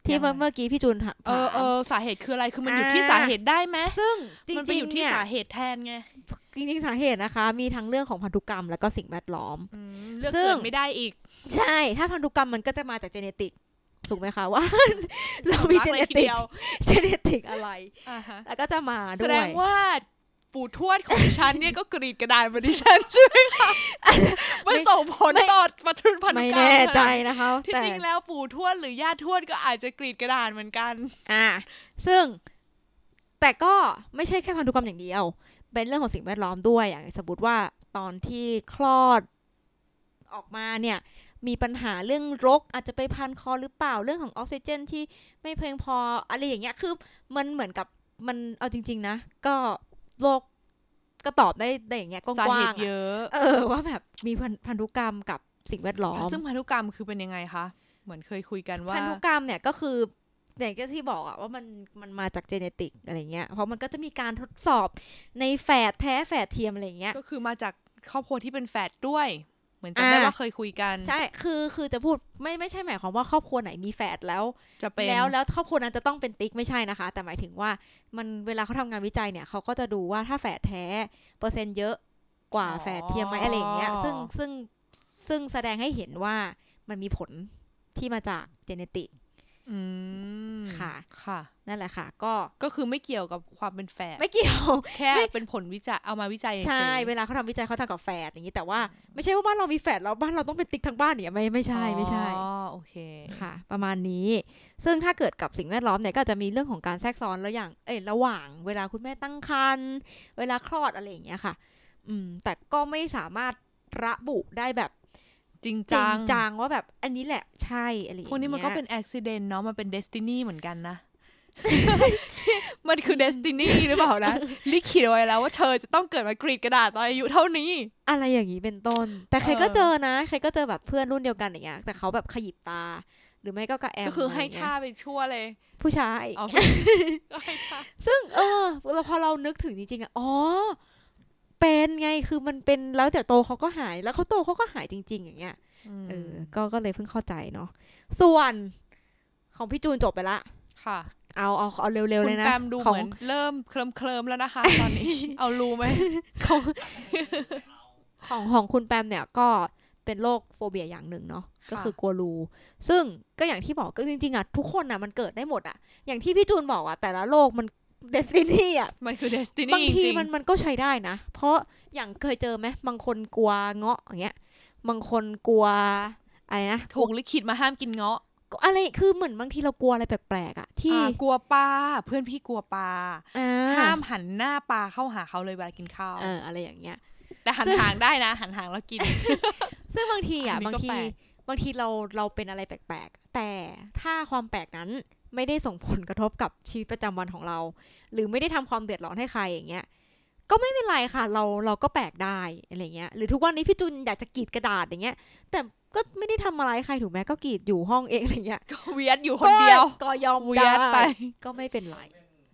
ที่เมื่อเมื่อกี้พี่จูนถามเออเออสาเหตุคืออะไรคือมันอยู่ที่สาเหตุได้ไหมซึ่งจริงๆมันไปอยู่ที่สาเหตุแทนไงจริงๆสาเหตุนะคะมีทั้งเรื่องของพันธุกรรมแล้วก็สิ่งแวดล้อมเลือกเกิดไม่ได้อีกใช่ถ้าพันธุกรรมมันก็จะมาจากเจเนติกถูกไหมคะว่าเรามีเจเนติกเจเนติกอะไรแล้วก็จะมาด้วยแสดงว่าปู่ทวดของฉันเนี่ยก็กรีดกระดานมาดิฉันใช่ไหมคะมันส่งผลต่อพันธุกรรมไม่แน่ใจนะคะที่จริงแล้วปู่ทวดหรือย่าทวดก็อาจจะกรีดกระดานเหมือนกันอ่าซึ่งแต่ก็ไม่ใช่แค่พันธุกรรมอย่างเดียวเป็นเรื่องของสิ่งแวดล้อมด้วยอย่างสมมติว่าตอนที่คลอดออกมาเนี่ยมีปัญหาเรื่องรกอาจจะไปพันคอหรือเปล่าเรื่องของออกซิเจนที่ไม่เพียงพออะไรอย่างเงี้ยคือมันเหมือนกับมันเอาจริงๆนะก็โลกก็ตอบได้ได้อย่างเงี้ยกว้างๆเยอะเออว่าแบบมีพันธุกรรมกับสิ่งแวดล้อมซึ่งพันธุกรรมคือเป็นยังไงคะเหมือนเคยคุยกันว่าพันธุกรรมเนี่ยก็คืออย่างที่บอกอะว่ามันมันมาจากเจเนติกอะไรเงี้ยเพราะมันก็จะมีการทดสอบในแฝดแท้แฝดเทียมอะไรเงี้ยก็คือมาจากครอบครัวที่เป็นแฝดด้วยเหมือนจำได้ว่าเคยคุยกันใช่คือคือจะพูดไม่ไม่ใช่หมายความว่าครอบครัวไหนมีแฝดแล้วจะเป็นแล้วแล้วครอบครัวนั้นจะต้องเป็นติ๊กไม่ใช่นะคะแต่หมายถึงว่ามันเวลาเขาทำงานวิจัยเนี่ยเขาก็จะดูว่าถ้าแฝดแท้เปอร์เซ็นต์เยอะกว่าแฝดเทียมไหมอะไรอย่างเงี้ยซึ่งซึ่งซึ่งแสดงให้เห็นว่ามันมีผลที่มาจากเจเนติกอืมค่ะค่ะนั่นแหละค่ะก็ก็คือไม่เกี่ยวกับความเป็นแฝดไม่เกี่ยวแค่เป็นผลวิจัยเอามาวิจัยใช่เวลาเขาทำวิจัยเขาทำกับแฝดอย่างนี้แต่ว่าไม่ใช่ว่าบ้านเรามีแฝดแล้วบ้านเราต้องเป็นติ๊กทั้งบ้านเนี่ยไม่ไม่ใช่ไม่ใช่อ๋อโอเคค่ะประมาณนี้ซึ่งถ้าเกิดกับสิ่งแวดล้อมเนี่ยก็จะมีเรื่องของการแทรกซ้อนแล้วอย่างเอ้ยระหว่างเวลาคุณแม่ตั้งครรภ์เวลาคลอดอะไรอย่างเงี้ยค่ะอืมแต่ก็ไม่สามารถระบุได้แบบจริงจังจังว่าแบบอันนี้แหละใช่อะไรอย่างเงี้ยพวกนี้มันก็เป็นอุบิเหตุเนาะมันเป็นเดสตินีเหมือนกันนะ มันคือเดสตินีหรือเปล่านะลิขิตไว้แล้วว่าเธอจะต้องเกิดมากรีดกระดาษตอนอายุเท่านี้อะไรอย่างนี้เป็นต้นแต่ใครก็เจอนะใครก็เจอแบบเพื่อนรุ่นเดียวกันอย่างเงี้ยแต่เขาแบบขยิบตาหรือไม่ก็กระแอมก็คือให้ท่าไปชั่วเลยผู้ชายก็ให้ท่าซึ่งเออพอเรานึกถึงจริงๆอ่ะอ๋อเป็นไงคือมันเป็นแล้วเดี๋ยวโตเขาก็หายแล้วเขาโตเขาก็หายจริงๆอย่างเงี้ยเออก็ก็เลยเพิ่งเข้าใจเนาะส่วนของพี่จูนจบไปละค่ะเอาเอาเอาเร็วๆเลยนะคุณแปมดูเหมือนเริ่มเคลิ้มๆแล้วนะคะตอนนี้เอารู้ไหมของของของคุณแปมเนี่ยก็เป็นโรคโฟเบียอย่างหนึ่งเนาะก็คือกลัวรูซึ่งก็อย่างที่บอกก็จริงๆอ่ะทุกคนอ่ะมันเกิดได้หมดอ่ะอย่างที่พี่จูนบอกอ่ะแต่ละโรคมันเดสตินีอ่ะมันคือเดสตินีบางทีมันมันก็ใช้ได้นะเพราะอย่างเคยเจอไหมบางคนกลัวเงาะอย่างเงี้ยบางคนกลัวอะไรนะถูกลิขิตมาห้ามกินเงาะอะไรคือเหมือนบางทีเรากลัวอะไรแปลกๆอ่ะที่กลัวปลาเพื่อนพี่กลัวปลาห้ามหันหน้าปลาเข้าหาเขาเลยเวลากินข้าวเอออะไรอย่างเงี้ยแต่หันหางได้นะหันหางแล้วกินซึ่งบางทีอ่ะบางทีบางทีเราเราเป็นอะไรแปลกๆแต่ถ้าความแปลกนั้นไม่ได้ส่งผลกระทบกับชีวิตประจำวันของเราหรือไม่ได้ทำความเดือดร้อนให้ใครอย่างเงี้ยก็ไม่เป็นไรค่ะเราเราก็แปลกได้อะไรเงี้ยหรือทุกวันนี้พี่จุนอยากจะกรีดกระดาษอย่างเงี้ยแต่ก็ไม่ได้ทำอะไรใครถูกไหมก็กรีดอยู่ห้องเองอะไรเงี้ยก็เวียดอยู่คนเดียวก็ยอมเวียดไปก็ไม่เป็นไร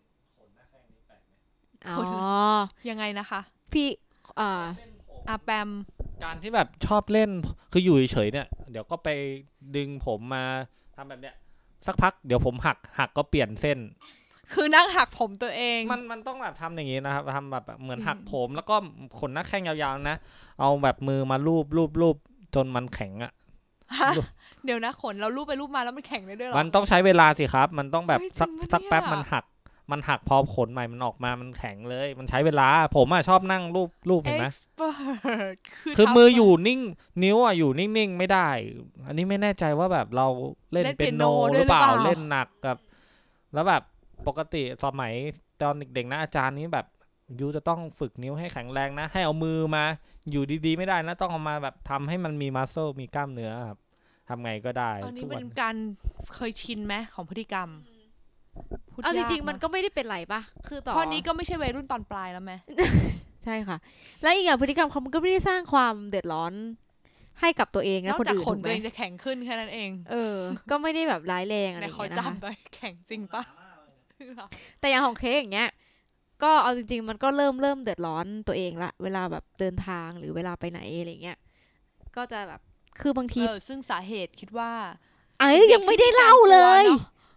อ๋อยังไงนะคะพี่อ่าอาแปมการที่แบบชอบเล่นคืออยู่เฉยๆเนี่ยเดี๋ยวก็ไปดึงผมมาทำแบบเนี้ยสักพักเดี๋ยวผมหักหักก็เปลี่ยนเส้นคือนั่งหักผมตัวเองมันมันต้องแบบทำอย่างนี้นะครับทำแบบเหมือนหักผมแล้วก็ขนหน้าแข้งยาวๆนะเอาแบบมือมาลูบลูบลูบจนมันแข็งอะเดี๋ยวนะขนเราลูบไปลูบมาแล้วมันแข็งได้ด้วยหรอมันต้องใช้เวลาสิครับมันต้องแบบสักสักแป๊บมันหักมันหักพอขนใหม่มันออกมามันแข็งเลยมันใช้เวลาผมอะชอบนั่งรูปรูปเห็นไหมคือมืออยู่นิ่งนิ้วอะอยู่นิ่งๆไม่ได้อันนี้ไม่แน่ใจว่าแบบเราเล่นเปียโนหรือเปล่าเล่นหนักกับแล้วแบบปกติสมัยตอนเด็กๆนะอาจารย์นี้แบบยูจะต้องฝึกนิ้วให้แข็งแรงนะให้เอามือมาอยู่ดีๆไม่ได้นะต้องเอามาแบบทำให้มันมีมัสเซิลมีกล้ามเนื้อครับทำไงก็ได้อันนี้เป็นการเคยชินไหมของพฤติกรรมเอาจริงๆมันก็ไม่ได้เป็นไรปะคือต่อข้อนี้ก็ไม่ใช่วัยรุ่นตอนปลายแล้วไหมใช่ค่ะและอีกอย่างพฤติกรรมเขามันก็ไม่ได้สร้างความเดือดร้อนให้กับตัวเองนะคนอื่นถูกไหมนอกจากขนตัวเองจะแข็งขึ้นแค่นั้นเองเออก็ไม่ได้แบบร้ายแรงอะไรอย่างเงี้ยนะคะจำไปแข็งจริงปะแต่อย่างของเค้กอย่างเงี้ยก็เอาจริงๆมันก็เริ่มเริ่มเดือดร้อนตัวเองละเวลาแบบเดินทางหรือเวลาไปไหนอะไรเงี้ยก็จะแบบคือบางทีเออซึ่งสาเหตุคิดว่าไอ้ยังไม่ได้เล่าเลย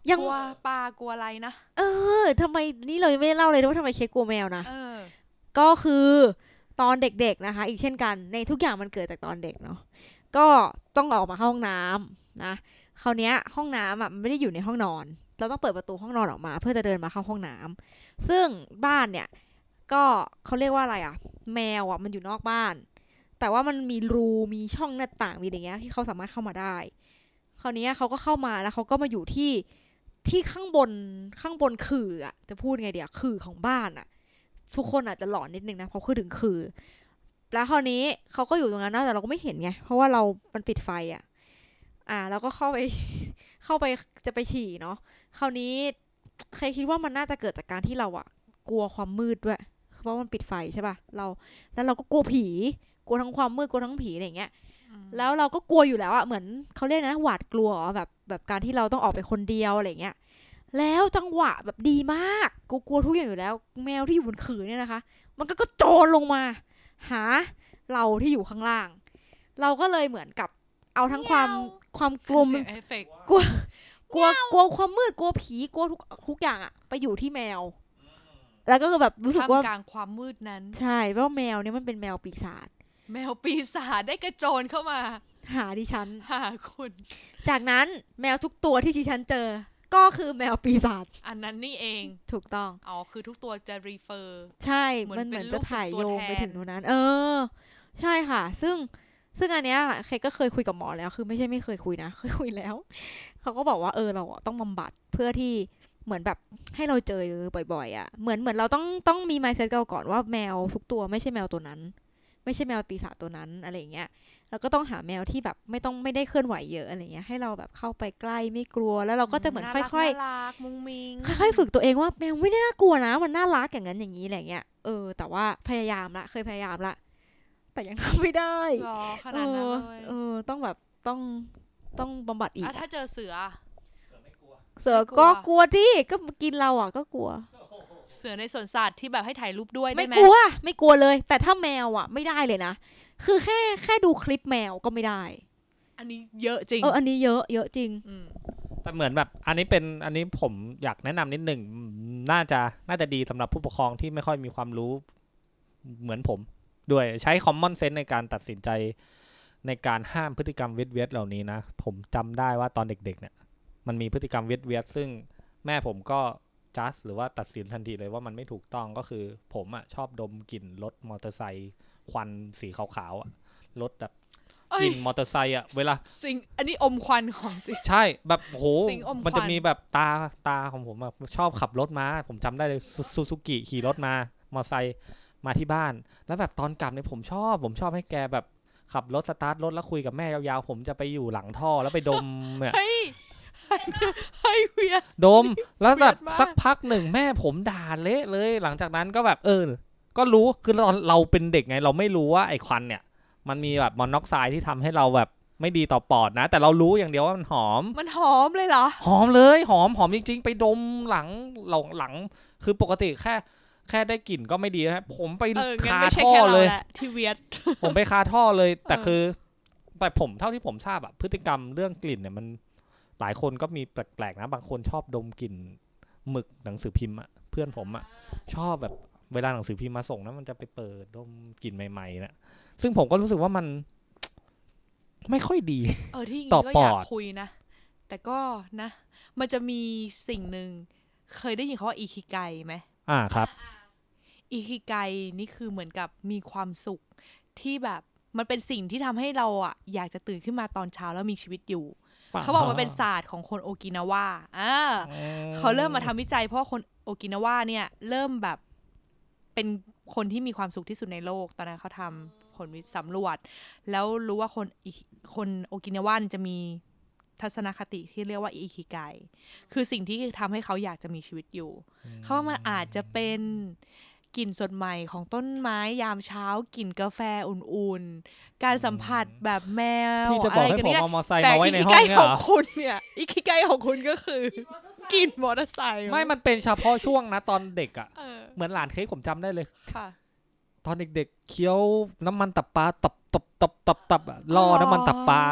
ยังกลัวปลากลัวอะไรนะเออทำไมนี่เรายังไม่ได้เล่าเลยว่าทำไมเค้กกลัวแมวนะเออก็คือตอนเด็กๆนะคะอีกเช่นกันในทุกอย่างมันเกิดจากตอนเด็กเนาะก็ต้องออกมาเข้าห้องน้ำนะคราวนี้ห้องน้ำอ่ะมันไม่ได้อยู่ในห้องนอนเราต้องเปิดประตูห้องนอนออกมาเพื่อจะเดินมาเข้าห้องน้ำซึ่งบ้านเนี่ยก็เขาเรียกว่าอะไรอ่ะแมวอ่ะมันอยู่นอกบ้านแต่ว่ามันมีรูมีช่องหน้าต่างมีอะไรเงี้ยที่เขาสามารถเข้ามาได้คราวนี้เขาก็เข้ามาแล้วเขาก็มาอยู่ที่ที่ข้างบนข้างบนขื่ออ่ะจะพูดไงเดี๋ยวขื่อของบ้านอ่ะทุกคนอาจจะหลอนนิดนึงนะเพราะคือถึงขื่อแล้วคราวนี้เขาก็อยู่ตรงนั้นนะแต่เราก็ไม่เห็นไงเพราะว่าเรามันปิดไฟอ่ะอ่าแล้วก็เข้าไป เข้าไปจะไปฉี่เนาะคราวนี้ใครคิดว่ามันน่าจะเกิดจากการที่เราอะกลัวความมืดด้วยเพราะมันปิดไฟใช่ป่ะเราแล้วเราก็กลัวผีกลัวทั้งความมืดกลัวทั้งผีอะไรเงี้ยแล้วเราก็กลัวอยู่แล้วอะเหมือนเขาเรียกนะหวาดกลัวแบบแบบการที่เราต้องออกไปคนเดียวอะไรเงี้ยแล้วจังหวะแบบดีมากกูกลัวทุกอย่างอยู่แล้วแมวที่อยู่บนขื่อเนี่ยนะคะมันก็กระโจนลงมาหาเราที่อยู่ข้างล่างเราก็เลยเหมือนกับเอาทั้งความความกลัวกลัวกลัวกลัวความมืดกลัวผีกลัวทุกทุกอย่างอะไปอยู่ที่แมวแล้วก็คือแบบรู้สึกว่ากลางความมืดนั้นใช่เพราะแมวเนี่ยมันเป็นแมวปีศาจแมวปีศาจได้กระโจนเข้ามาหาดิฉันหาคุณจากนั้นแมวทุกตัวที่ดิฉันเจอก็คือแมวปีศาจอันนั้นนี่เองถูกต้องอ๋อคือทุกตัวจะรีเฟอร์ใช่มันเหมือนจะถ่ายโยงไปถึงตรงนั้นเออใช่ค่ะซึ่งซึ่งอันเนี้ยเคก็เคยคุยกับหมอแล้วคือไม่ใช่ไม่เคยคุยนะเคยคุยแล้วเขาก็บอกว่าเออเราต้องบำบัดเพื่อที่เหมือนแบบให้เราเจอบ่อยๆอ่ะเหมือนเหมือนเราต้องต้องมี mindset ก่อนว่าแมวทุกตัวไม่ใช่แมวตัวนั้นไม่ใช่แมวปีศาจตัวนั้นอะไรอย่างเงี้ยเราก็ต้องหาแมวที่แบบไม่ต้องไม่ได้เคลื่อนไหวเยอะอะไรเงี้ยให้เราแบบเข้าไปใกล้ไม่กลัวแล้วเราก็จะเหมือนค่อยๆน่ารักมุ้งมิ้งค่อยๆฝึกตัวเองว่าแมวไม่ได้น่ากลัวนะมันน่ารักอย่างนั้นอย่างนี้อะไรเงี้ยเออแต่ว่าพยายามละเคยพยายามละแต่ยังทำไม่ได้หรอขนาดนั้นเลยเออต้องแบบต้องต้องบำบัดอีกถ้าเจอเสือเสือก็กลัวที่ก็กินเราอ่ะก็กลัวเสือในสวนสัตว์ที่แบบให้ถ่ายรูปด้วยได้ไหมไม่กลัวไม่กลัวเลยแต่ถ้าแมวอ่ะไม่ได้เลยนะคือแค่แค่ดูคลิปแมวก็ไม่ได้อันนี้เยอะจริงเอออันนี้เยอะเยอะจริงแต่เหมือนแบบอันนี้เป็นอันนี้ผมอยากแนะนำนิดหนึ่งน่าจะน่าจะดีสำหรับผู้ปกครองที่ไม่ค่อยมีความรู้เหมือนผมด้วยใช้ common sense ในการตัดสินใจในการห้ามพฤติกรรมเวียดๆเหล่านี้นะผมจำได้ว่าตอนเด็กๆเนี่ยมันมีพฤติกรรมเวียดๆซึ่งแม่ผมก็จัดหรือว่าตัดสินทันทีเลยว่ามันไม่ถูกต้องก็คือผมอ่ะชอบดมกลิ่นรถมอเตอร์ไซค์ควันสีขาวๆอ่ะรถแบบกลิ่นมอเตอร์ไซค์อ่ะเวลาสิ่งอันนี้อมควันของจริงใช่แบบโหมันจะมีแบบตาตาของผมแบบชอบขับรถมาผมจำได้เลยซูซูกิขี่รถมามอเตอร์ไซค์มาที่บ้านแล้วแบบตอนกลับเนี่ยผมชอบผมชอบให้แกแบบขับรถสตาร์ทรถแล้วคุยกับแม่ยาวๆผมจะไปอยู่หลังท่อแล้วไปดมเนี่ยเฮ้ยเฮ้ยเวียดมแล้วแบบสักพักหนึ่งแม่ผมด่าเละเลยหลังจากนั้นก็แบบเออก็รู้คือตอนเราเป็นเด็กไงเราไม่รู้ว่าไอ้ควันเนี่ยมันมีแบบมอนอกไซด์ที่ทำให้เราแบบไม่ดีต่อปอดนะแต่เรารู้อย่างเดียวว่ามันหอมมันหอมเลยเหรอหอมเลยหอมหอมจริงๆไปดมหลังหลังหลังคือปกติแค่แค่ได้กลิ่นก็ไม่ดีนะผมไปคาท่อเลยที่เวียดผมไปคาท่อเลยแต่คือแต่ผมเท่าที่ผมทราบอะพฤติกรรมเรื่องกลิ่นเนี่ยมันหลายคนก็มีแปลกๆนะบางคนชอบดมกลิ่นหมึกหนังสือพิมพ์อะเพื่อนผมอะชอบแบบเวลาหนังสือพิมพ์มาส่งนะมันจะไปเปิดดมกลิ่นใหม่ๆนะซึ่งผมก็รู้สึกว่ามันไม่ค่อยดีเออที่ต่อปอดคุยนะแต่ก็นะมันจะมีสิ่งหนึ่งเคยได้ยินเขาว่าอิคิไกไหมอ่าครับอิคิไกนี่คือเหมือนกับมีความสุขที่แบบมันเป็นสิ่งที่ทำให้เราอ่ะอยากจะตื่นขึ้นมาตอนเช้าแล้วมีชีวิตอยู่เขาบอกว่าเป็นศาสตร์ของคนโอกินาวาอ่าเขาเริ่มมาทำวิจัยเพราะคนโอกินาวาเนี่ยเริ่มแบบเป็นคนที่มีความสุขที่สุดในโลกตอนนั้นเขาทำผลวิจัยสำรวจแล้วรู้ว่าคนคนโอกินาวาจะมีทัศนคติที่เรียกว่าอิคิไกคือสิ่งที่ทำให้เขาอยากจะมีชีวิตอยู่เขาว่ามันอาจจะเป็นกลิ่นสดใหม่ของต้นไม้ยามเช้ากลิ่นกาแฟอุ่นๆการสัมผัสแบบแมวอะไรกันเนี่ยแต่อิคิไกของคุณเนี่ยอิคิไกของคุณก็คือกลิ่นมอเตอร์ไซค์ไม่มันเป็นเฉพาะช่วงนะตอนเด็กอ่ะเหมือนหลานเค้กผมจำได้เลยตอนเด็กๆเคี้ยวน้ำมันตับปลาตับตับตับตับตับล่อน้ำมันตับปลา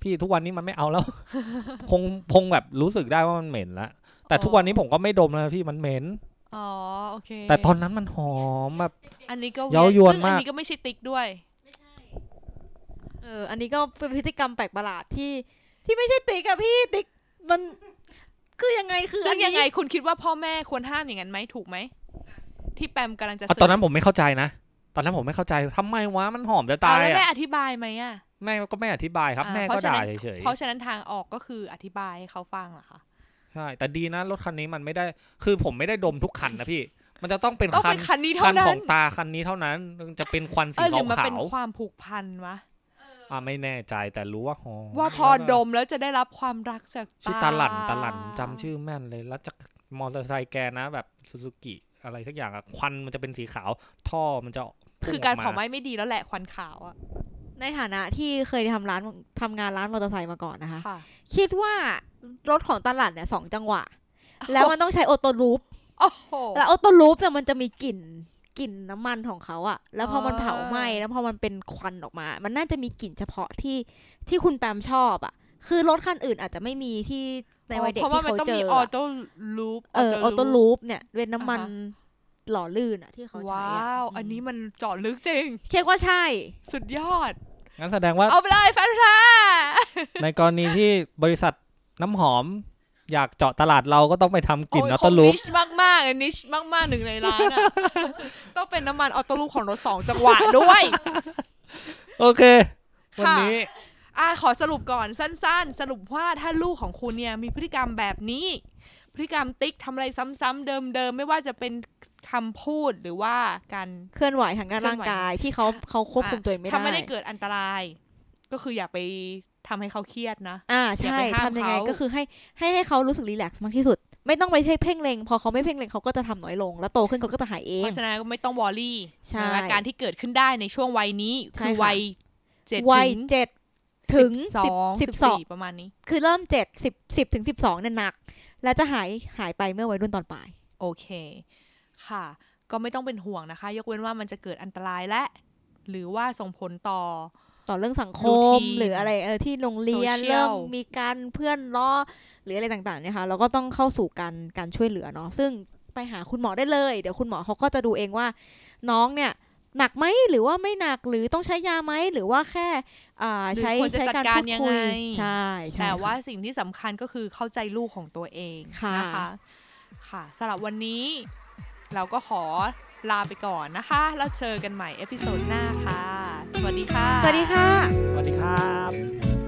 พี่ทุกวันนี้มันไม่เอาแล้ว คงคงแบบรู้สึกได้ว่ามันเหม็นแล้วแต่ทุกวันนี้ผมก็ไม่ดมแล้วพี่มันเหม็นอ๋อโอเคแต่ตอนนั้นมันหอมแบบอันนี้ก็เย้ายวนมากอันนี้ก็ไม่ใช่ติ๊กด้วยไม่ใช่เอออันนี้ก็เป็นพฤติกรรมแปลกประหลาดที่ที่ไม่ใช่ติ๊กอะพี่ติ๊กมันคือยังไงคือซึ่งยังไงคุณคิดว่าพ่อแม่ควรห้ามอย่างนั้นไหมถูกไหมที่แปมกำลังจะตอนนั้นผมไม่เข้าใจนะตอนนั้นผมไม่เข้าใจทำไมวะมันหอมจะตายแล้วแม่อธิบายไหมอะแม่ก็ไม่อธิบายครับแม่ก็ด่าเฉยๆเพราะฉะนั้นทางออกก็คืออธิบายให้เขาฟังเหรอคะใช่แต่ดีนะรถคันนี้มันไม่ได้คือผมไม่ได้ดมทุกคันนะพี่มันจะต้องเป็นคันนี้เท่านั้นของตาคันนี้เท่านั้นจะเป็นควันสีขาวๆหรือมันเป็นความผูกพันวะอ่าไม่แน่ใจแต่รู้ว่าว่าพอดมแล้วจะได้รับความรักจากตาชื่อตาหลั่นตาหลั่นจำชื่อแม่นเลยแล้วจากมอเตอร์ไซค์แกนะแบบซูซูกิอะไรสักอย่างอะควันมันจะเป็นสีขาวท่อมันจะคือการเผาไหม้ไม่ดีแล้วแหละควันขาวอะในฐานะที่เคยทำร้านทำงานร้านมอเตอร์ไซค์มาก่อนนะคะคิดว่ารถของตลาดเนี่ยสองจังหวะแล้วมันต้องใช้ออโต้ลูปแล้วออโต้ลูปเนี่ยมันจะมีกลิ่นกลิ่นน้ำมันของเขาอะแล้วพอมันเผาไหม้แล้วพอมันเป็นควันออกมามันน่าจะมีกลิ่นเฉพาะที่ที่คุณแปมชอบอะคือรถคันอื่นอาจจะไม่มีที่ในวัยเด็กที่เขาเจอออโต้ลูปเออออโต้ลูปเนี่ยเป็นน้ำมันหล่อลื่นอะที่เขาใช้ว้าวอันนี้มันเจาะลึกจริงเชื่อว่าใช่สุดยอดงั้นแสดงว่าเอาไปเลยแฟนทาในกรณีที่บริษัทน้ำหอมอยากเจาะตลาดเราก็ต้องไปทำกลิ่นออโต้ลูปนิชมากๆนิชมากๆหนึ่งในร้านอะต้องเป็นน้ำมันออโต้ลูปของรถสองจังหวะด้วยโอเควันนี้อ่ะขอสรุปก่อนสั้นๆสรุปว่าถ้าลูกของคุณเนี่ยมีพฤติกรรมแบบนี้พฤติกรรมติ๊กทำอะไรซ้ำๆเดิมๆไม่ว่าจะเป็นคำพูดหรือว่าการเคลื่อนไหวทางร่างกายที่เขาเขาควบคุมตัวเองไม่ได้ถ้าไม่ได้เกิดอันตรายก็คืออย่าไปทำให้เขาเครียดนะอ่าใช่ทำยังไงก็คือให้ให้ให้เขารู้สึกรีแลกซ์มากที่สุดไม่ต้องไปเพ่งเล็งพอเขาไม่เพ่งเล็งเขาก็จะทำน้อยลงแล้วโตขึ้นเขาก็จะหายเองเพราะฉะนั้นก็ไม่ต้องวอรี่อาการที่เกิดขึ้นได้ในช่วงวัยนี้คือวัยเจ็ดวัยเจ็ดถึงสิบสิบสองประมาณนี้คือเริ่มเจ็ดสิบสิบถึงสิบสองเนี่ยหนักแล้วจะหายหายไปเมื่อวัยรุ่นตอนปลายโอเคค่ะก็ไม่ต้องเป็นห่วงนะคะยกเว้นว่ามันจะเกิดอันตรายและหรือว่าส่งผลต่อต่อเรื่องสังคมหรืออะไรเออที่โรงเรียนเริ่มมีการเพื่อนล้อหรืออะไรต่างๆเนี่ยค่ะเราก็ต้องเข้าสู่การการช่วยเหลือเนาะซึ่งไปหาคุณหมอได้เลยเดี๋ยวคุณหมอเขาก็จะดูเองว่าน้องเนี่ยหนักไหมหรือว่าไม่หนักหรือต้องใช้ยาไหมหรือว่าแค่อ่าใช้ใช้การพูดคุยใช่แต่ว่าสิ่งที่สำคัญก็คือเข้าใจลูกของตัวเองนะคะค่ะสำหรับวันนี้เราก็ขอลาไปก่อนนะคะแล้วเจอกันใหม่เอพิโซดหน้าค่ะสวัสดีค่ะสวัสดีค่ะสวัสดีครับ